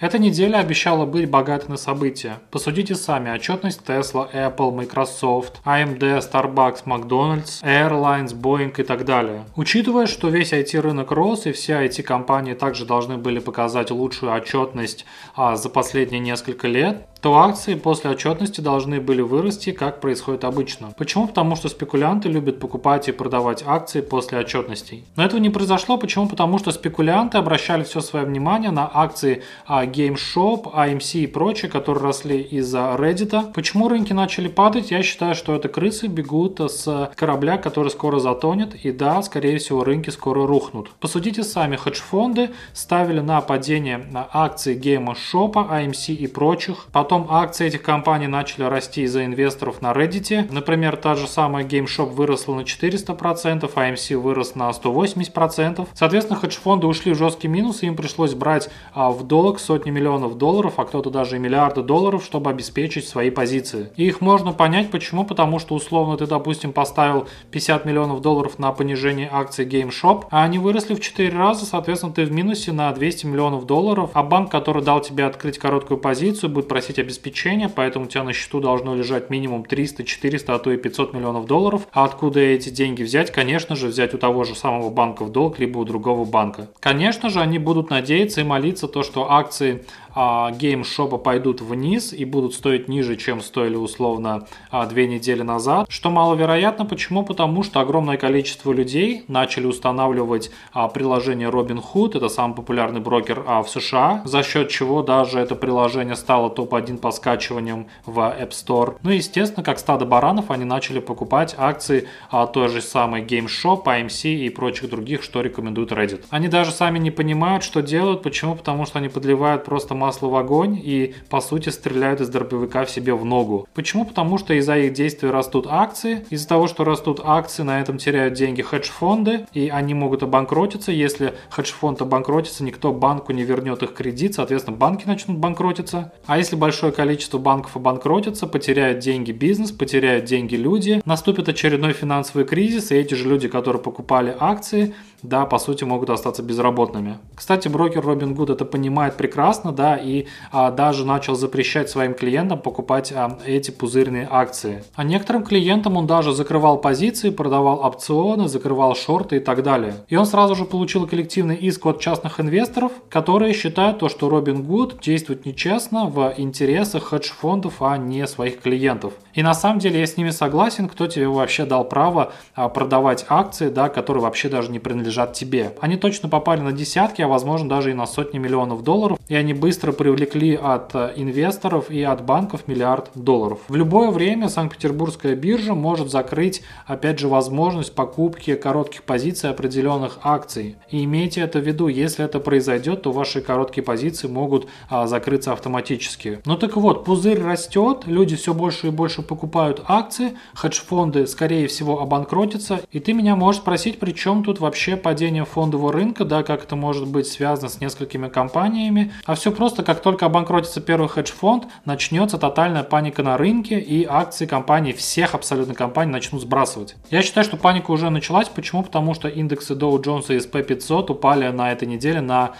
Эта неделя обещала быть богатой на события. Посудите сами: отчетность Tesla, Apple, Microsoft, AMD, Starbucks, McDonald's, Airlines, Boeing и так далее. Учитывая, что весь IT-рынок рос и все IT-компании также должны были показать лучшую отчетность за последние несколько лет, то акции после отчетности должны были вырасти, как происходит обычно. Почему? Потому что спекулянты любят покупать и продавать акции после отчетностей. Но этого не произошло. Почему? Потому что спекулянты обращали все свое внимание на акции GameStop, AMC и прочие, которые росли из-за Reddit. Почему рынки начали падать? Я считаю, что это крысы бегут с корабля, который скоро затонет, и да, скорее всего, рынки скоро рухнут. Посудите сами: хедж-фонды ставили на падение на акции GameStop, AMC и прочих. Потом акции этих компаний начали расти из-за инвесторов на Reddit. Например, та же самая GameStop выросла на 400%, AMC вырос на 180%. Соответственно, хедж-фонды ушли в жесткий минус, и им пришлось брать в долг сотни миллионов долларов, а кто-то даже и миллиарды долларов, чтобы обеспечить свои позиции. И их можно понять. Почему? Потому что условно ты, допустим, поставил 50 миллионов долларов на понижение акций GameStop, а они выросли в 4 раза, соответственно, ты в минусе на 200 миллионов долларов, а банк, который дал тебе открыть короткую позицию, будет просить обеспечения, поэтому у тебя на счету должно лежать минимум 300, 400, а то и 500 миллионов долларов. А откуда эти деньги взять? Конечно же, взять у того же самого банка в долг, либо у другого банка. Конечно же, они будут надеяться и молиться то, что акции GameStop пойдут вниз и будут стоить ниже, чем стоили условно 2 недели назад, что маловероятно. Почему? Потому что огромное количество людей начали устанавливать приложение Robinhood, это самый популярный брокер в США, за счет чего даже это приложение стало топ-1 по скачиваниям в App Store. Ну и естественно, как стадо баранов, они начали покупать акции той же самой GameStop, AMC и прочих других, что рекомендует Reddit. Они даже сами не понимают, что делают. Почему? Потому что они подливают просто масло в огонь и по сути стреляют из дробовика в себе в ногу. Почему? Потому что из-за их действий растут акции. Из-за того, что растут акции, на этом теряют деньги хедж-фонды, и они могут обанкротиться. Если хедж-фонд обанкротится, никто банку не вернет их кредит, соответственно, банки начнут банкротиться. А если большое количество банков обанкротится, потеряют деньги бизнес, потеряют деньги люди, наступит очередной финансовый кризис, и эти же люди, которые покупали акции, да, по сути, могут остаться безработными. Кстати, брокер Robinhood это понимает прекрасно, да, и даже начал запрещать своим клиентам покупать эти пузырные акции. А некоторым клиентам он даже закрывал позиции, продавал опционы, закрывал шорты и так далее. И он сразу же получил коллективный иск от частных инвесторов, которые считают то, что Robinhood действует нечестно в интересах хедж-фондов, а не своих клиентов. И на самом деле я с ними согласен. Кто тебе вообще дал право продавать акции, да, которые вообще даже не принадлежат тебе? Они точно попали на десятки, а возможно даже и на сотни миллионов долларов, и они быстро привлекли от инвесторов и от банков миллиард долларов. В любое время Санкт-Петербургская биржа может закрыть, опять же, возможность покупки коротких позиций определенных акций. И имейте это в виду: если это произойдет, то ваши короткие позиции могут закрыться автоматически. Ну так вот, пузырь растет, люди все больше и больше покупают акции, хедж-фонды скорее всего обанкротятся, и ты меня можешь спросить, при чем тут вообще падение фондового рынка, да, как это может быть связано с несколькими компаниями. А все просто: как только обанкротится первый хедж-фонд, начнется тотальная паника на рынке, и акции компаний, всех абсолютно компаний, начнут сбрасывать. Я считаю, что паника уже началась. Почему? Потому что индексы Dow Jones и S&P 500 упали на этой неделе на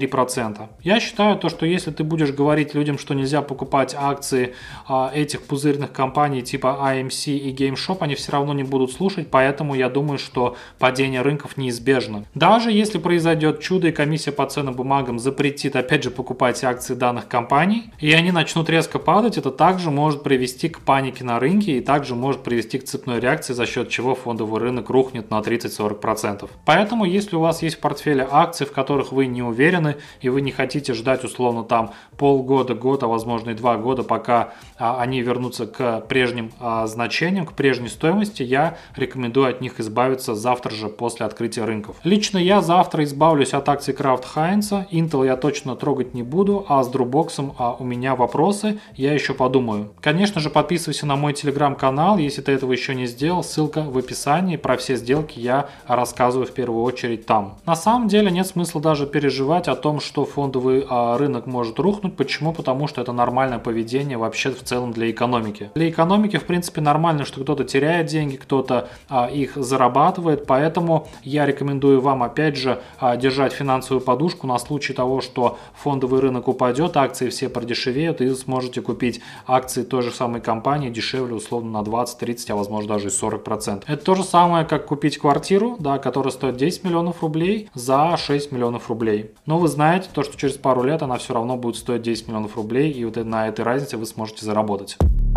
3%. Я считаю то, что если ты будешь говорить людям, что нельзя покупать акции этих пузырных компаний типа AMC и GameStop, они все равно не будут слушать, поэтому я думаю, что падение рынков неизбежно. Даже если произойдет чудо и комиссия по ценным бумагам запретит опять же покупать акции данных компаний, и они начнут резко падать, это также может привести к панике на рынке и также может привести к цепной реакции, за счет чего фондовый рынок рухнет на 30-40%. Поэтому, если у вас есть в портфеле акции, в которых вы не уверены и вы не хотите ждать условно там полгода, год, а возможно и 2 года, пока они вернутся к прежним значениям, к прежней стоимости, я рекомендую от них избавиться завтра же после открытия рынков. Лично я завтра избавлюсь от акций Kraft Heinz, Intel я точно трогать не буду, а с Dropbox у меня вопросы, я еще подумаю. Конечно же, подписывайся на мой телеграм-канал, если ты этого еще не сделал, ссылка в описании, про все сделки я рассказываю в первую очередь там. На самом деле нет смысла даже переживать о том, что фондовый рынок может рухнуть. Почему? Потому что это нормальное поведение вообще в целом для экономики. Для экономики в принципе нормально, что кто-то теряет деньги, кто-то их зарабатывает, поэтому я рекомендую рекомендую вам опять же держать финансовую подушку на случай того, что фондовый рынок упадет, акции все продешевеют, и сможете купить акции той же самой компании дешевле условно на 20, 30, а возможно даже и 40%. Это то же самое, как купить квартиру, да, которая стоит 10 миллионов рублей за 6 миллионов рублей. Но вы знаете, то, что через пару лет она все равно будет стоить 10 миллионов рублей, и вот на этой разнице вы сможете заработать.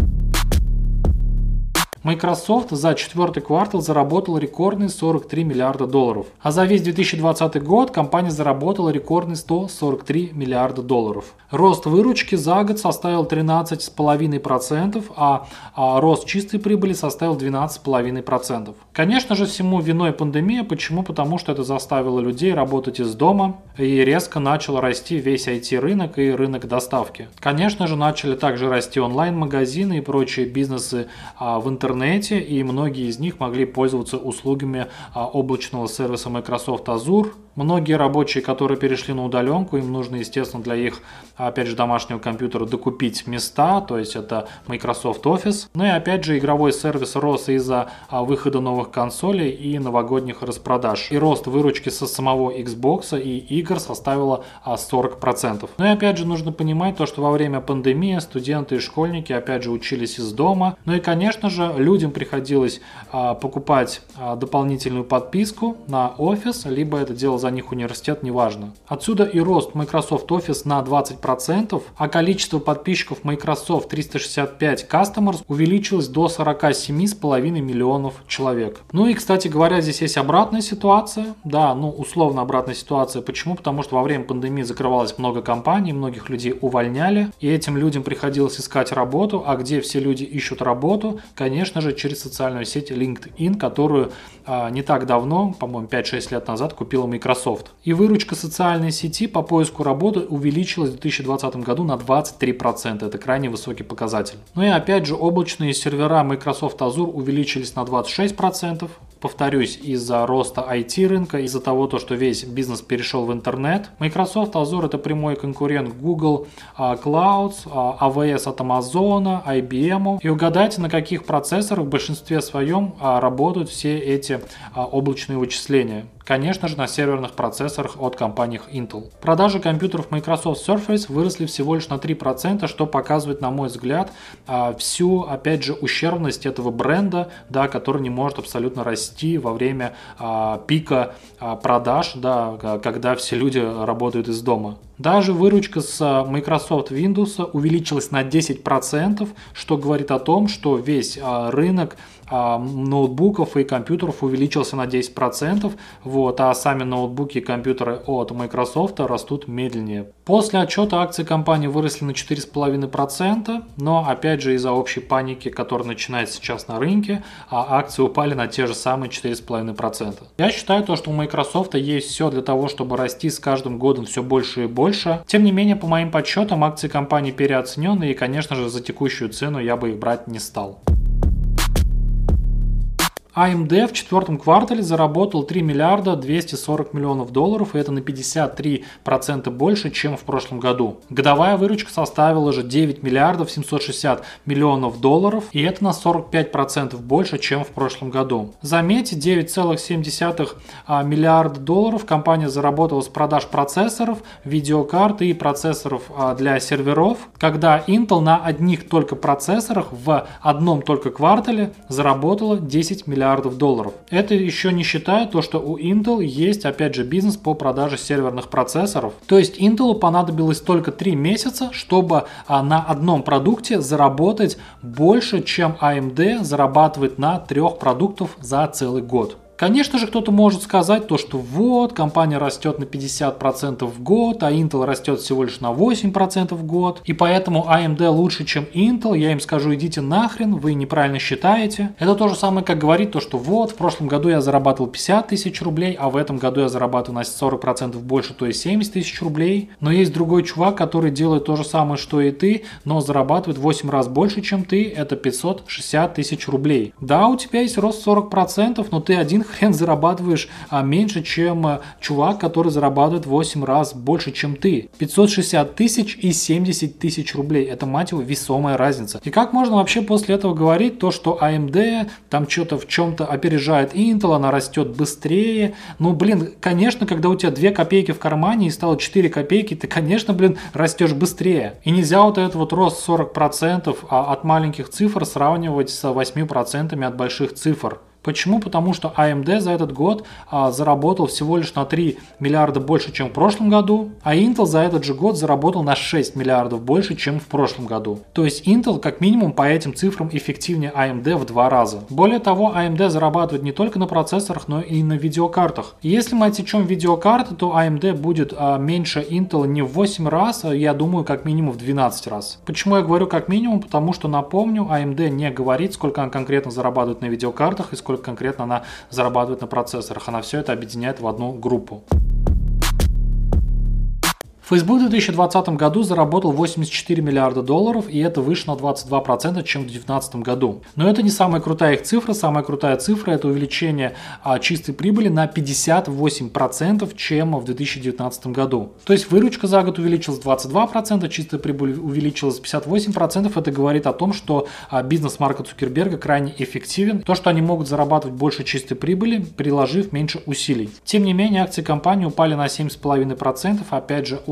Microsoft за четвертый квартал заработала рекордные 43 миллиарда долларов. А за весь 2020 год компания заработала рекордные 143 миллиарда долларов. Рост выручки за год составил 13,5%, а рост чистой прибыли составил 12,5%. Конечно же, всему виной пандемия. Почему? Потому что это заставило людей работать из дома и резко начал расти весь IT-рынок и рынок доставки. Конечно же, начали также расти онлайн-магазины и прочие бизнесы в интернете, и многие из них могли пользоваться услугами облачного сервиса Microsoft Azure. Многие рабочие, которые перешли на удаленку, им нужно, естественно, для их, опять же, домашнего компьютера докупить места, то есть это Microsoft Office. Ну и опять же, игровой сервис рос из-за выхода новых консолей и новогодних распродаж. И рост выручки со самого Xbox и игр составила 40%. Ну и опять же, нужно понимать то, что во время пандемии студенты и школьники, опять же, учились из дома. Ну и, конечно же, людям приходилось покупать дополнительную подписку на Office, либо это делал за них университет, неважно. Отсюда и рост Microsoft Office на 20%, а количество подписчиков Microsoft 365 Customers увеличилось до 47,5 миллионов человек. Ну и, кстати говоря, здесь есть обратная ситуация. Да, ну условно обратная ситуация. Почему? Потому что во время пандемии закрывалось много компаний, многих людей увольняли, и этим людям приходилось искать работу. А где все люди ищут работу? Конечно же, через социальную сеть LinkedIn, которую не так давно, по-моему, 5-6 лет назад купила Microsoft. И выручка социальной сети по поиску работы увеличилась в 2020 году на 23%. Это крайне высокий показатель. Ну и опять же, облачные сервера Microsoft Azure увеличились на 26%. Повторюсь, из-за роста IT-рынка, из-за того, что весь бизнес перешел в интернет. Microsoft Azure — это прямой конкурент Google Clouds, AWS от Amazon, IBM. И угадайте, на каких процессорах в большинстве своем работают все эти облачные вычисления. Конечно же, на серверных процессорах от компании Intel. Продажи компьютеров Microsoft Surface выросли всего лишь на 3%, что показывает, на мой взгляд, всю, опять же, ущербность этого бренда, да, который не может абсолютно расти во время пика продаж, да, когда все люди работают из дома. Даже выручка с Microsoft Windows увеличилась на 10%, что говорит о том, что весь рынок ноутбуков и компьютеров увеличился на 10%, а сами ноутбуки и компьютеры от Microsoft растут медленнее. После отчета акции компании выросли на 4,5%, но опять же из-за общей паники, которая начинается сейчас на рынке, акции упали на те же самые 4,5%. Я считаю, что у Microsoft есть все для того, чтобы расти с каждым годом все больше и больше. Тем не менее, по моим подсчетам, акции компании переоценены, и, конечно же, за текущую цену я бы их брать не стал. AMD в четвертом квартале заработал 3 миллиарда 240 миллионов долларов, и это на 53% больше, чем в прошлом году. Годовая выручка составила же 9 миллиардов 760 миллионов долларов, и это на 45% больше, чем в прошлом году. Заметьте, 9,7 миллиарда долларов компания заработала с продаж процессоров, видеокарт и процессоров для серверов, когда Intel на одних только процессорах в одном только квартале заработала 10 миллиардов долларов. Это еще не считая то, что у Intel есть, опять же, бизнес по продаже серверных процессоров. То есть Intel понадобилось только 3 месяца, чтобы на одном продукте заработать больше, чем AMD зарабатывает на 3 продуктах за целый год. Конечно же, кто-то может сказать что вот, компания растет на 50% в год, а Intel растет всего лишь на 8% в год, и поэтому AMD лучше, чем Intel. Я им скажу, идите нахрен, вы неправильно считаете. Это то же самое, как говорить что вот, в прошлом году я зарабатывал 50 тысяч рублей, а в этом году я зарабатываю на 40% больше, то есть 70 тысяч рублей. Но есть другой чувак, который делает то же самое, что и ты, но зарабатывает в 8 раз больше, чем ты, это 560 тысяч рублей. Да, у тебя есть рост 40%, но ты один хрен зарабатываешь меньше, чем чувак, который зарабатывает 8 раз больше, чем ты. 560 тысяч и 70 тысяч рублей. Это, мать его, весомая разница. И как можно вообще после этого говорить то, что AMD там что-то в чем-то опережает Intel, она растет быстрее. Ну, блин, конечно, когда у тебя 2 копейки в кармане и стало 4 копейки, ты, конечно, блин, растешь быстрее. И нельзя вот этот вот рост 40% от маленьких цифр сравнивать с 8% от больших цифр. Почему? Потому что AMD за этот год заработал всего лишь на 3 миллиарда больше, чем в прошлом году, а Intel за этот же год заработал на 6 миллиардов больше, чем в прошлом году. То есть Intel как минимум по этим цифрам эффективнее AMD в 2 раза. Более того, AMD зарабатывает не только на процессорах, но и на видеокартах. И если мы отсечем видеокарты, то AMD будет меньше Intel не в 8 раз, а я думаю как минимум в 12 раз. Почему я говорю как минимум? Потому что, напомню, AMD не говорит, сколько она конкретно зарабатывает на видеокартах и сколько конкретно она зарабатывает на процессорах. Она все это объединяет в одну группу. Facebook в 2020 году заработал 84 миллиарда долларов, и это выше на 22%, чем в 2019 году. Но это не самая крутая их цифра. Самая крутая цифра – это увеличение чистой прибыли на 58%, чем в 2019 году. То есть выручка за год увеличилась 22%, чистая прибыль увеличилась 58%. Это говорит о том, что бизнес Марка Цукерберга крайне эффективен. То, что они могут зарабатывать больше чистой прибыли, приложив меньше усилий. Тем не менее, акции компании упали на 7,5%, опять же,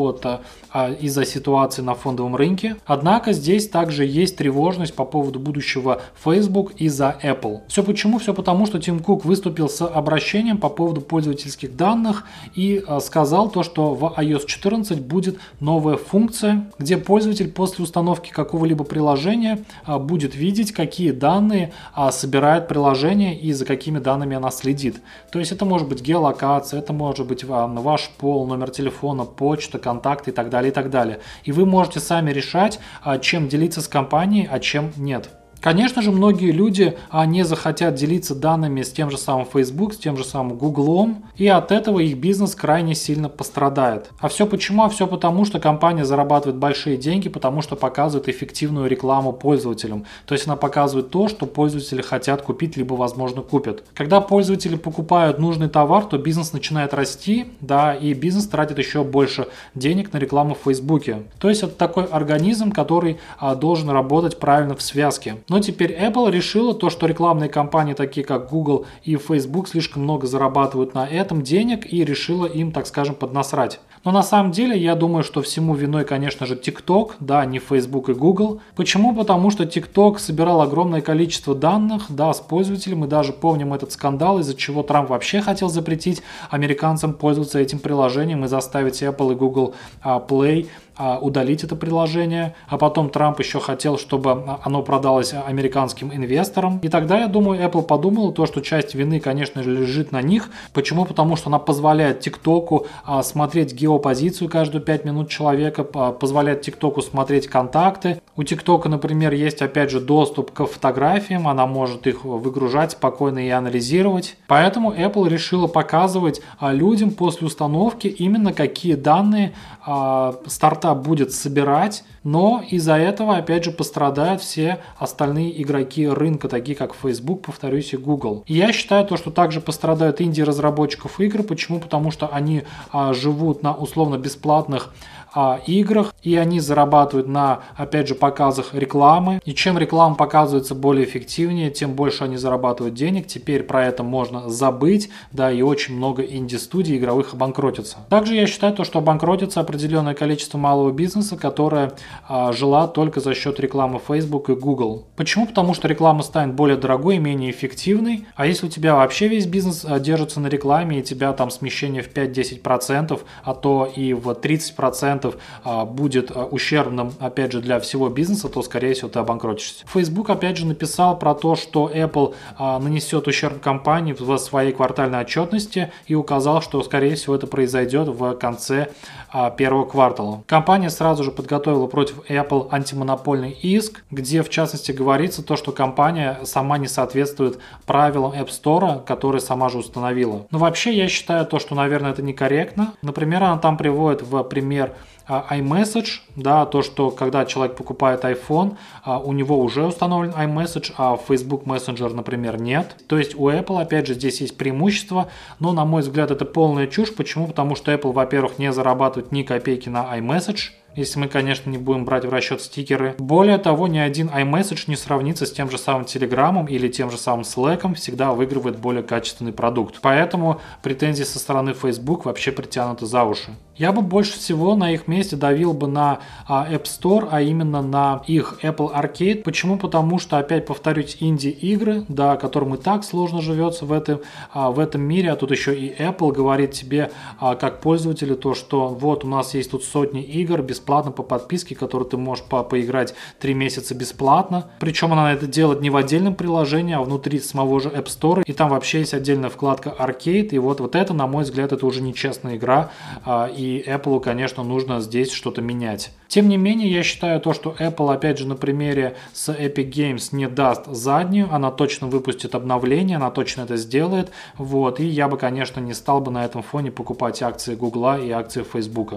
из-за ситуации на фондовом рынке. Однако здесь также есть тревожность по поводу будущего Facebook из-за Apple. Все почему? Все потому, что Тим Кук выступил с обращением по поводу пользовательских данных и сказал то, что в iOS 14 будет новая функция, где пользователь после установки какого-либо приложения будет видеть, какие данные собирает приложение и за какими данными она следит. То есть это может быть геолокация, это может быть ваш пол, номер телефона, почта, контакты и так далее, и так далее. И вы можете сами решать, чем делиться с компанией, а чем нет. Конечно же, многие люди не захотят делиться данными с тем же самым Facebook, с тем же самым Google, и от этого их бизнес крайне сильно пострадает. А все почему? А все потому, что компания зарабатывает большие деньги, потому что показывает эффективную рекламу пользователям. То есть она показывает то, что пользователи хотят купить, либо, возможно, купят. Когда пользователи покупают нужный товар, то бизнес начинает расти, да, и бизнес тратит еще больше денег на рекламу в Facebook. То есть это такой организм, который должен работать правильно в связке. Но теперь Apple решила то, что рекламные компании, такие как Google и Facebook, слишком много зарабатывают на этом денег, и решила им, так скажем, поднасрать. Но на самом деле я думаю, что всему виной, конечно же, TikTok, да, не Facebook и Google. Почему? Потому что TikTok собирал огромное количество данных, да, с пользователей. Мы даже помним этот скандал, из-за чего Трамп вообще хотел запретить американцам пользоваться этим приложением и заставить Apple и Google Play удалить это приложение, а потом Трамп еще хотел, чтобы оно продалось американским инвесторам. И тогда, я думаю, Apple подумала то, что часть вины, конечно же, лежит на них. Почему? Потому что она позволяет ТикТоку смотреть геопозицию каждые 5 минут человека, позволяет ТикТоку смотреть контакты. У ТикТока, например, есть, опять же, доступ к фотографиям, она может их выгружать спокойно и анализировать. Поэтому Apple решила показывать людям после установки именно какие данные стартап будет собирать, но из-за этого, опять же, пострадают все остальные игроки рынка, такие как Facebook, повторюсь, и Google. И я считаю то, что также пострадают инди-разработчиков игр. Почему? Потому что они живут на условно бесплатных играх, и они зарабатывают на, опять же, показах рекламы. И чем реклама показывается более эффективнее, тем больше они зарабатывают денег. Теперь про это можно забыть, да, и очень много инди-студий игровых обанкротится. Также я считаю то, что обанкротится определенное количество малого бизнеса, которое жила только за счет рекламы Facebook и Google. Почему? Потому что реклама станет более дорогой и менее эффективной. А если у тебя вообще весь бизнес держится на рекламе, и тебя там смещение в 5-10%, а то и в 30% будет ущербным, опять же, для всего бизнеса, то, скорее всего, ты обанкротишься. Facebook, опять же, написал про то, что Apple нанесет ущерб компании в своей квартальной отчетности, и указал, что, скорее всего, это произойдет в конце первого квартала. Компания сразу же подготовила против Apple антимонопольный иск, где, в частности, говорится то, что компания сама не соответствует правилам App Store, которые сама же установила. Но вообще, я считаю то, что, наверное, это некорректно. Например, она там приводит в пример iMessage, да, то, что когда человек покупает iPhone, у него уже установлен iMessage, а Facebook Messenger, например, нет. То есть у Apple, опять же, здесь есть преимущество, но, на мой взгляд, это полная чушь. Почему? Потому что Apple, во-первых, не зарабатывает ни копейки на iMessage, если мы, конечно, не будем брать в расчет стикеры. Более того, ни один iMessage не сравнится с тем же самым Telegram или тем же самым Slack, всегда выигрывает более качественный продукт. Поэтому претензии со стороны Facebook вообще притянуты за уши. Я бы больше всего на их месте давил бы на App Store, а именно на их Apple Arcade. Почему? Потому что, опять повторюсь, инди-игры, да, которым и так сложно живется в этом мире, а тут еще и Apple говорит тебе, как пользователю, то, что вот у нас есть тут сотни игр бесплатно по подписке, которые ты можешь поиграть 3 месяца бесплатно. Причем она это делает не в отдельном приложении, а внутри самого же App Store. И там вообще есть отдельная вкладка Arcade. И вот это, на мой взгляд, это уже нечестная игра. И Apple, конечно, нужно здесь что-то менять. Тем не менее, я считаю то, что Apple, опять же, на примере с Epic Games не даст заднюю. Она точно выпустит обновление, она точно это сделает. Вот. И я бы, конечно, не стал бы на этом фоне покупать акции Google и акции Facebook.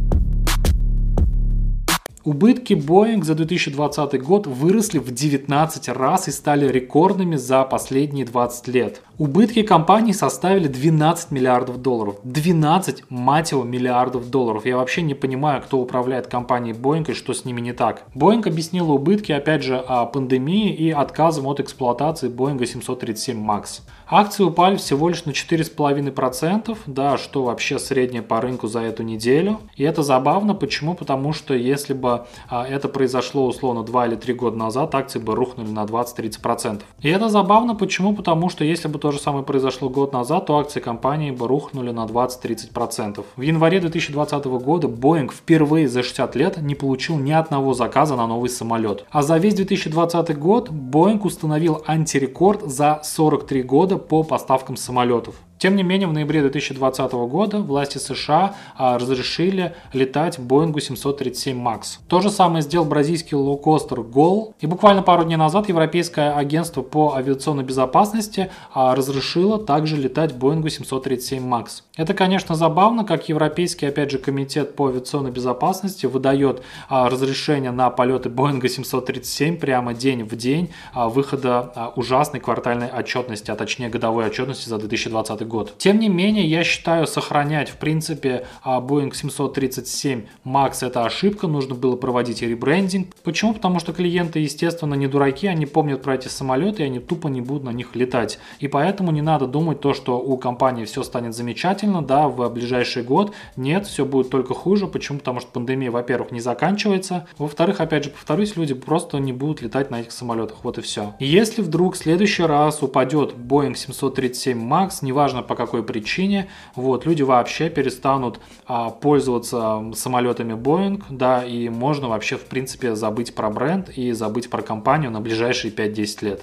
Убытки Boeing за 2020 год выросли в 19 раз и стали рекордными за последние 20 лет. Убытки компании составили 12 миллиардов долларов. 12, мать его, миллиардов долларов. Я вообще не понимаю, кто управляет компанией Boeing и что с ними не так. Boeing объяснила убытки, опять же, о пандемии и отказом от эксплуатации Boeing 737 MAX. Акции упали всего лишь на 4,5%, да, что вообще среднее по рынку за эту неделю. И это забавно. Почему? Потому что если бы это произошло условно 2 или 3 года назад, акции бы рухнули на 20-30%. И это забавно. Почему? Потому что если бы то же самое произошло год назад, то акции компании бы рухнули на 20-30%. В январе 2020 года Boeing впервые за 60 лет не получил ни одного заказа на новый самолет. А за весь 2020 год Boeing установил антирекорд за 43 года по поставкам самолетов. Тем не менее, в ноябре 2020 года власти США разрешили летать Boeing 737 MAX. То же самое сделал бразильский лоукостер GOL. И буквально пару дней назад Европейское агентство по авиационной безопасности разрешило также летать Boeing 737 MAX. Это, конечно, забавно, как Европейский, опять же, комитет по авиационной безопасности выдает разрешение на полеты Boeing 737 прямо день в день выхода ужасной квартальной отчетности, а точнее годовой отчетности за 2020 год. Тем не менее, я считаю, сохранять в принципе Boeing 737 MAX это ошибка, нужно было проводить ребрендинг. Почему? Потому что клиенты, естественно, не дураки, они помнят про эти самолеты, и они тупо не будут на них летать. И поэтому не надо думать то, что у компании все станет замечательно, да, в ближайший год. Нет, все будет только хуже. Почему? Потому что пандемия, во-первых, не заканчивается. Во-вторых, опять же, повторюсь, люди просто не будут летать на этих самолетах. Вот и все. И если вдруг в следующий раз упадет Boeing 737 MAX, неважно по какой причине, вот, люди вообще перестанут пользоваться самолетами Boeing, да, и можно вообще в принципе забыть про бренд и забыть про компанию на ближайшие 5-10 лет.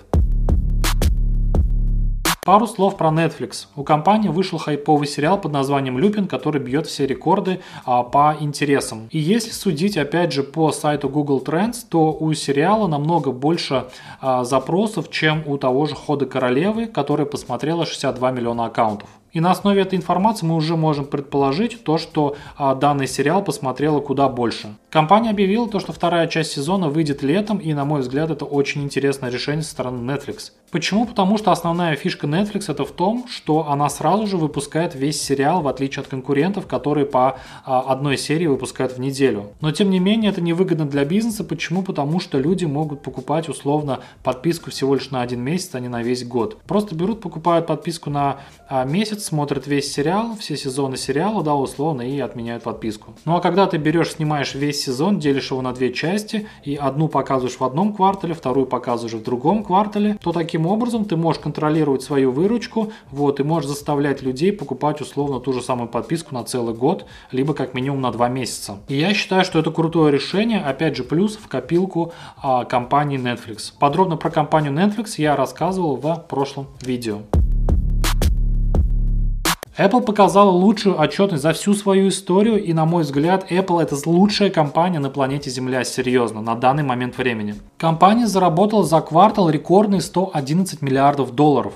Пару слов про Netflix. У компании вышел хайповый сериал под названием «Люпин», который бьет все рекорды по интересам. И если судить, опять же, по сайту Google Trends, то у сериала намного больше запросов, чем у того же «Хода королевы», который посмотрело 62 миллиона аккаунтов. И на основе этой информации мы уже можем предположить то, что данный сериал посмотрело куда больше. Компания объявила то, что вторая часть сезона выйдет летом, и на мой взгляд это очень интересное решение со стороны Netflix. Почему? Потому что основная фишка Netflix это в том, что она сразу же выпускает весь сериал, в отличие от конкурентов, которые по одной серии выпускают в неделю. Но тем не менее это невыгодно для бизнеса. Почему? Потому что люди могут покупать условно подписку всего лишь на 1 месяц, а не на весь год. Просто берут, покупают подписку на месяц, смотрят весь сериал, все сезоны сериала, да, условно, и отменяют подписку. Ну а когда ты берешь, снимаешь весь сезон, делишь его на 2 части, и одну показываешь в одном квартале, вторую показываешь в другом квартале, то таким образом ты можешь контролировать свою выручку, вот, и можешь заставлять людей покупать условно ту же самую подписку на целый год, либо как минимум на 2 месяца. И я считаю, что это крутое решение, опять же, плюс в копилку компании Netflix. Подробно про компанию Netflix я рассказывал в прошлом видео. Apple показала лучшую отчетность за всю свою историю, и, на мой взгляд, Apple это лучшая компания на планете Земля, серьезно, на данный момент времени. Компания заработала за квартал рекордные 111 миллиардов долларов.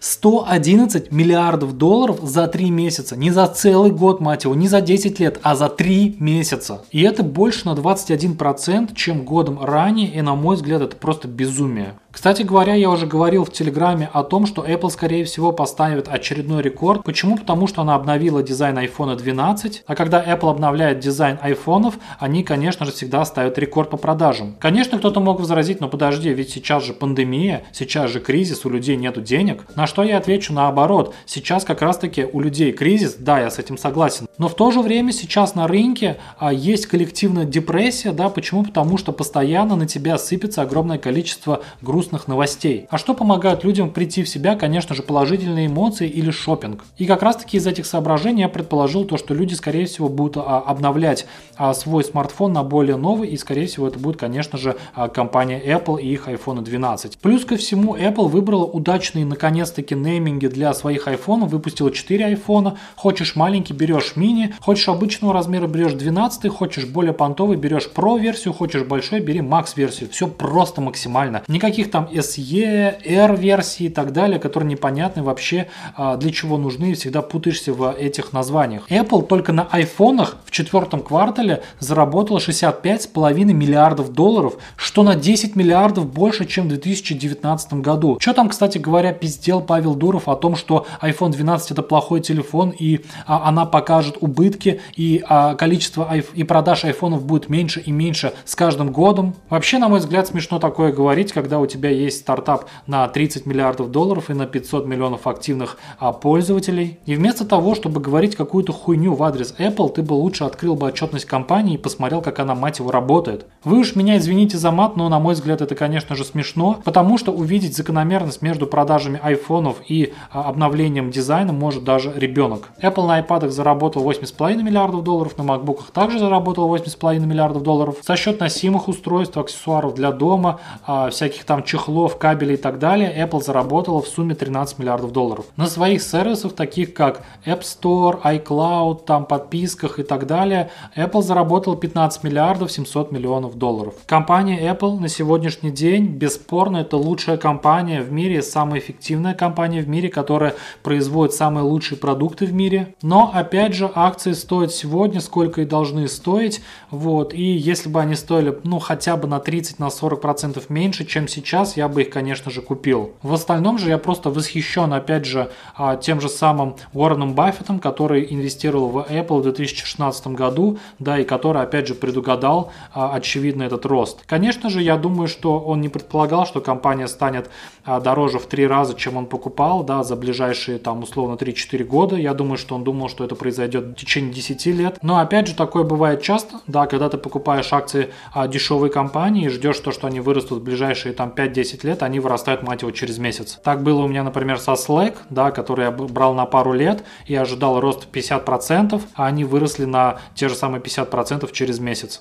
111 миллиардов долларов за 3 месяца. Не за целый год, мать его, не за 10 лет, а за 3 месяца. И это больше на 21%, чем годом ранее, и, на мой взгляд, это просто безумие. Кстати говоря, я уже говорил в Телеграме о том, что Apple, скорее всего, поставит очередной рекорд. Почему? Потому что она обновила дизайн iPhone 12, а когда Apple обновляет дизайн айфонов, они, конечно же, всегда ставят рекорд по продажам. Конечно, кто-то мог возразить, но подожди, ведь сейчас же пандемия, сейчас же кризис, у людей нету денег. На что я отвечу наоборот. Сейчас как раз-таки у людей кризис, да, я с этим согласен. Но в то же время сейчас на рынке есть коллективная депрессия, да, почему? Потому что постоянно на тебя сыпется огромное количество грустных новостей. А что помогает людям прийти в себя? Конечно же, положительные эмоции или шопинг. И как раз таки из этих соображений я предположил то, что люди, скорее всего, будут обновлять свой смартфон на более новый, и, скорее всего, это будет, конечно же, компания Apple и их iPhone 12. Плюс ко всему, Apple выбрала удачные, наконец-таки, нейминги для своих iPhone, выпустила 4 iPhone. Хочешь маленький, берешь мини, хочешь обычного размера, берешь 12, хочешь более понтовый, берешь Pro версию, хочешь большой, бери Max версию. Все просто максимально. Никаких там SE, R версии и так далее, которые непонятны вообще для чего нужны, и всегда путаешься в этих названиях. Apple только на айфонах в четвертом квартале заработала 65,5 миллиардов долларов, что на 10 миллиардов больше, чем в 2019 году. Что там, кстати говоря, пиздел Павел Дуров о том, что iPhone 12 это плохой телефон, и она покажет убытки, и количество и продаж айфонов будет меньше и меньше с каждым годом. Вообще, на мой взгляд, смешно такое говорить, когда у тебя есть стартап на 30 миллиардов долларов и на 500 миллионов активных пользователей. И вместо того, чтобы говорить какую-то хуйню в адрес Apple, ты бы лучше открыл бы отчетность компании и посмотрел, как она, мать его, работает. Вы уж меня извините за мат, но на мой взгляд это, конечно же, смешно, потому что увидеть закономерность между продажами айфонов и обновлением дизайна может даже ребенок. Apple на iPad'ах заработал 8,5 миллиардов долларов, на MacBook'ах также заработал 8,5 миллиардов долларов. За счет носимых устройств, аксессуаров для дома, всяких там чехлов, кабелей и так далее, Apple заработала в сумме 13 миллиардов долларов. На своих сервисах, таких как App Store, iCloud, там подписках и так далее, Apple заработала 15 миллиардов 700 миллионов долларов. Компания Apple на сегодняшний день, бесспорно, это лучшая компания в мире, самая эффективная компания в мире, которая производит самые лучшие продукты в мире. Но, опять же, акции стоят сегодня, сколько и должны стоить. Вот. И если бы они стоили, хотя бы на 30-40% меньше, чем сейчас, я бы их, конечно же, купил. В остальном же я просто восхищен, опять же, тем же самым Уорреном Баффетом, который инвестировал в Apple в 2016 году, да, и который, опять же, предугадал, очевидно, этот рост. Конечно же, я думаю, что он не предполагал, что компания станет дороже в 3 раза, чем он покупал, да, за ближайшие, там, условно, 3-4 года. Я думаю, что он думал, что это произойдет в течение 10 лет. Но, опять же, такое бывает часто, да, когда ты покупаешь акции дешевой компании и ждешь то, что они вырастут в ближайшие, там, 5-10 лет, они вырастают, мать его, через месяц. Так было у меня, например, со Slack, да, который я брал на пару лет и ожидал рост 50%, а они выросли на те же самые 50% через месяц.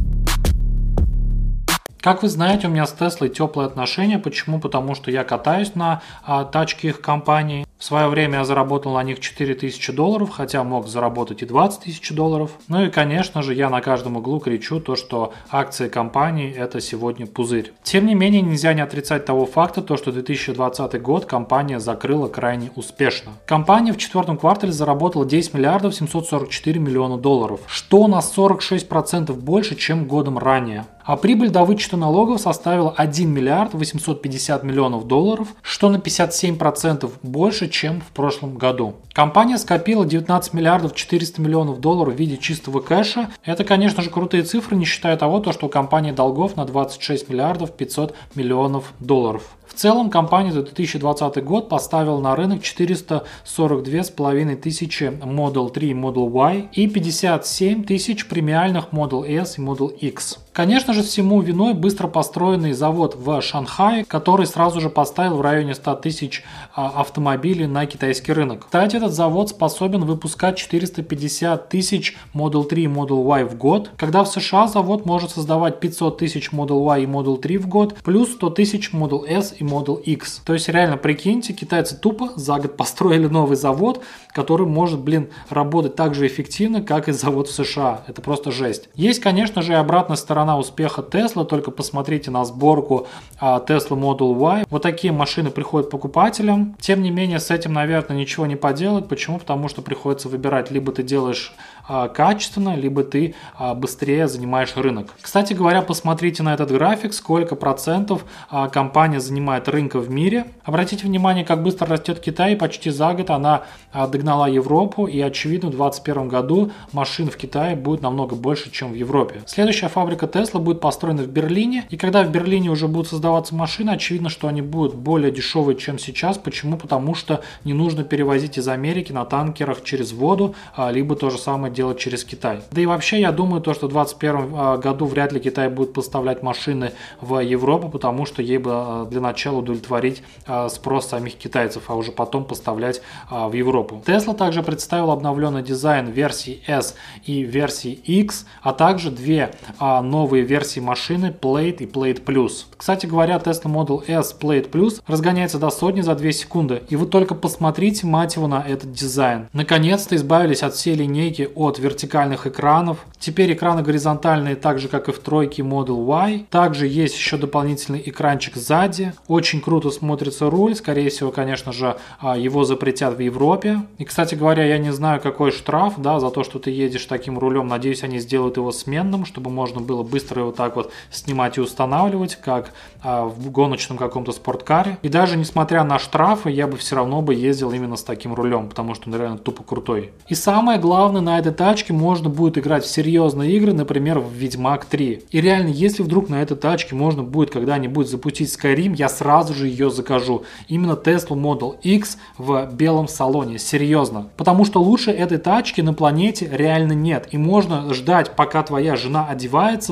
Как вы знаете, у меня с Теслой теплые отношения. Почему? Потому что я катаюсь на тачке их компании. В свое время я заработал на них 4000 долларов, хотя мог заработать и 20 тысяч долларов. Ну и, конечно же, я на каждом углу кричу то, что акции компании это сегодня пузырь. Тем не менее, нельзя не отрицать того факта, то, что 2020 год компания закрыла крайне успешно. Компания в четвертом квартале заработала 10 миллиардов 744 миллиона долларов, что на 46% больше, чем годом ранее. А прибыль до вычета налогов составила 1 миллиард 850 миллионов долларов, что на 57% больше, чем в прошлом году. Компания скопила 19 миллиардов 400 миллионов долларов в виде чистого кэша. Это, конечно же, крутые цифры, не считая того, что у компании долгов на 26 миллиардов 500 миллионов долларов. В целом, компания за 2020 год поставила на рынок 442,5 тысячи Model 3 и Model Y и 57 тысяч премиальных Model S и Model X. Конечно же, всему виной быстро построенный завод в Шанхае, который сразу же поставил в районе 100 тысяч автомобилей на китайский рынок. Кстати, этот завод способен выпускать 450 тысяч Model 3 и Model Y в год, когда в США завод может создавать 500 тысяч Model Y и Model 3 в год, плюс 100 тысяч Model S и Model X. То есть реально прикиньте, китайцы тупо за год построили новый завод, который может, работать так же эффективно, как и завод в США. Это просто жесть. Есть, конечно же, и обратная сторона успеха Tesla, только посмотрите на сборку Tesla Model Y. Вот такие машины приходят покупателям. Тем не менее, с этим, наверное, ничего не поделать. Почему? Потому что приходится выбирать, либо ты делаешь качественно, либо ты быстрее занимаешь рынок. Кстати говоря, посмотрите на этот график, сколько процентов компания занимает рынка в мире. Обратите внимание, как быстро растет Китай. Почти за год она догнала Европу, и очевидно в 2021 году машин в Китае будет намного больше, чем в Европе. Следующая фабрика Tesla будет построена в Берлине, и когда в Берлине уже будут создаваться машины, очевидно, что они будут более дешевые, чем сейчас. Почему? Потому что не нужно перевозить из Америки на танкерах через воду, либо то же самое делать через Китай. Да и вообще, я думаю, что в 2021 году вряд ли Китай будет поставлять машины в Европу, потому что ей бы для начала удовлетворить спрос самих китайцев, а уже потом поставлять в Европу. Tesla также представила обновленный дизайн версии S и версии X, а также две новые версии машины Plate и Plate Plus. Кстати говоря, Tesla Model S Plate Plus разгоняется до сотни за 2 секунды, и вы только посмотрите, мать его, на этот дизайн. Наконец-то избавились от всей линейки от вертикальных экранов. Теперь экраны горизонтальные, так же как и в тройке Model Y. Также есть еще дополнительный экранчик сзади. Очень круто смотрится руль. Скорее всего, конечно же, его запретят в Европе. И, кстати говоря, я не знаю, какой штраф, за то, что ты едешь таким рулем. Надеюсь, они сделают его сменным, чтобы можно было быстро его так вот снимать и устанавливать, как в гоночном каком-то спорткаре. И даже несмотря на штрафы, я бы все равно ездил именно с таким рулем, потому что он реально тупо крутой. И самое главное, на этой тачке можно будет играть в серьезные игры, например, в Ведьмак 3. И реально, если вдруг на этой тачке можно будет когда-нибудь запустить Skyrim, я сразу же ее закажу. Именно Tesla Model X в белом салоне. Серьезно. Потому что лучше этой тачки на планете реально нет. И можно ждать, пока твоя жена одевается,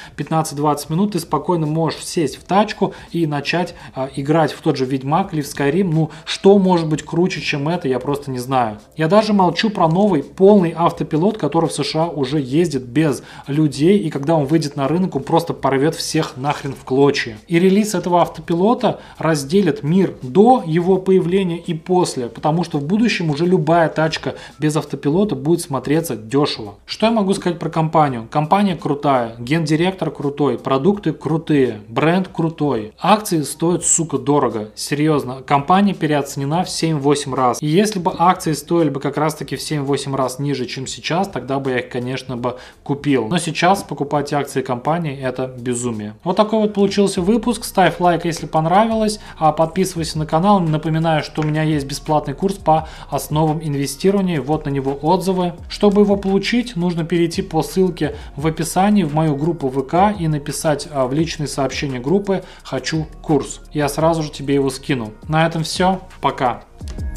15-20 минут ты спокойно можешь сесть в тачку и начать играть в тот же Ведьмак или в Skyrim. Что может быть круче, чем это, я просто не знаю. Я даже молчу про новый полный автопилот, который в США уже ездит без людей, и когда он выйдет на рынок, он просто порвет всех нахрен в клочья. И релиз этого автопилота разделит мир до его появления и после, потому что в будущем уже любая тачка без автопилота будет смотреться дешево. Что я могу сказать про компанию? Компания крутая, гендиректор крутой, продукты крутые, бренд крутой, акции стоят, сука, дорого. Серьезно, компания переоценена в 7-8 раз. И если бы акции стоили бы как раз таки в 7-8 раз ниже, чем сейчас, тогда бы я их, конечно, купил. Но сейчас покупать акции компании — это безумие. Вот такой вот получился выпуск. Ставь лайк, если понравилось, а подписывайся на канал. Напоминаю, что у меня есть бесплатный курс по основам инвестирования. Вот на него отзывы. Чтобы его получить, нужно перейти по ссылке в описании в мою группу ВК и написать в личные сообщения группы «Хочу курс». Я сразу же тебе его скину. На этом все. Пока.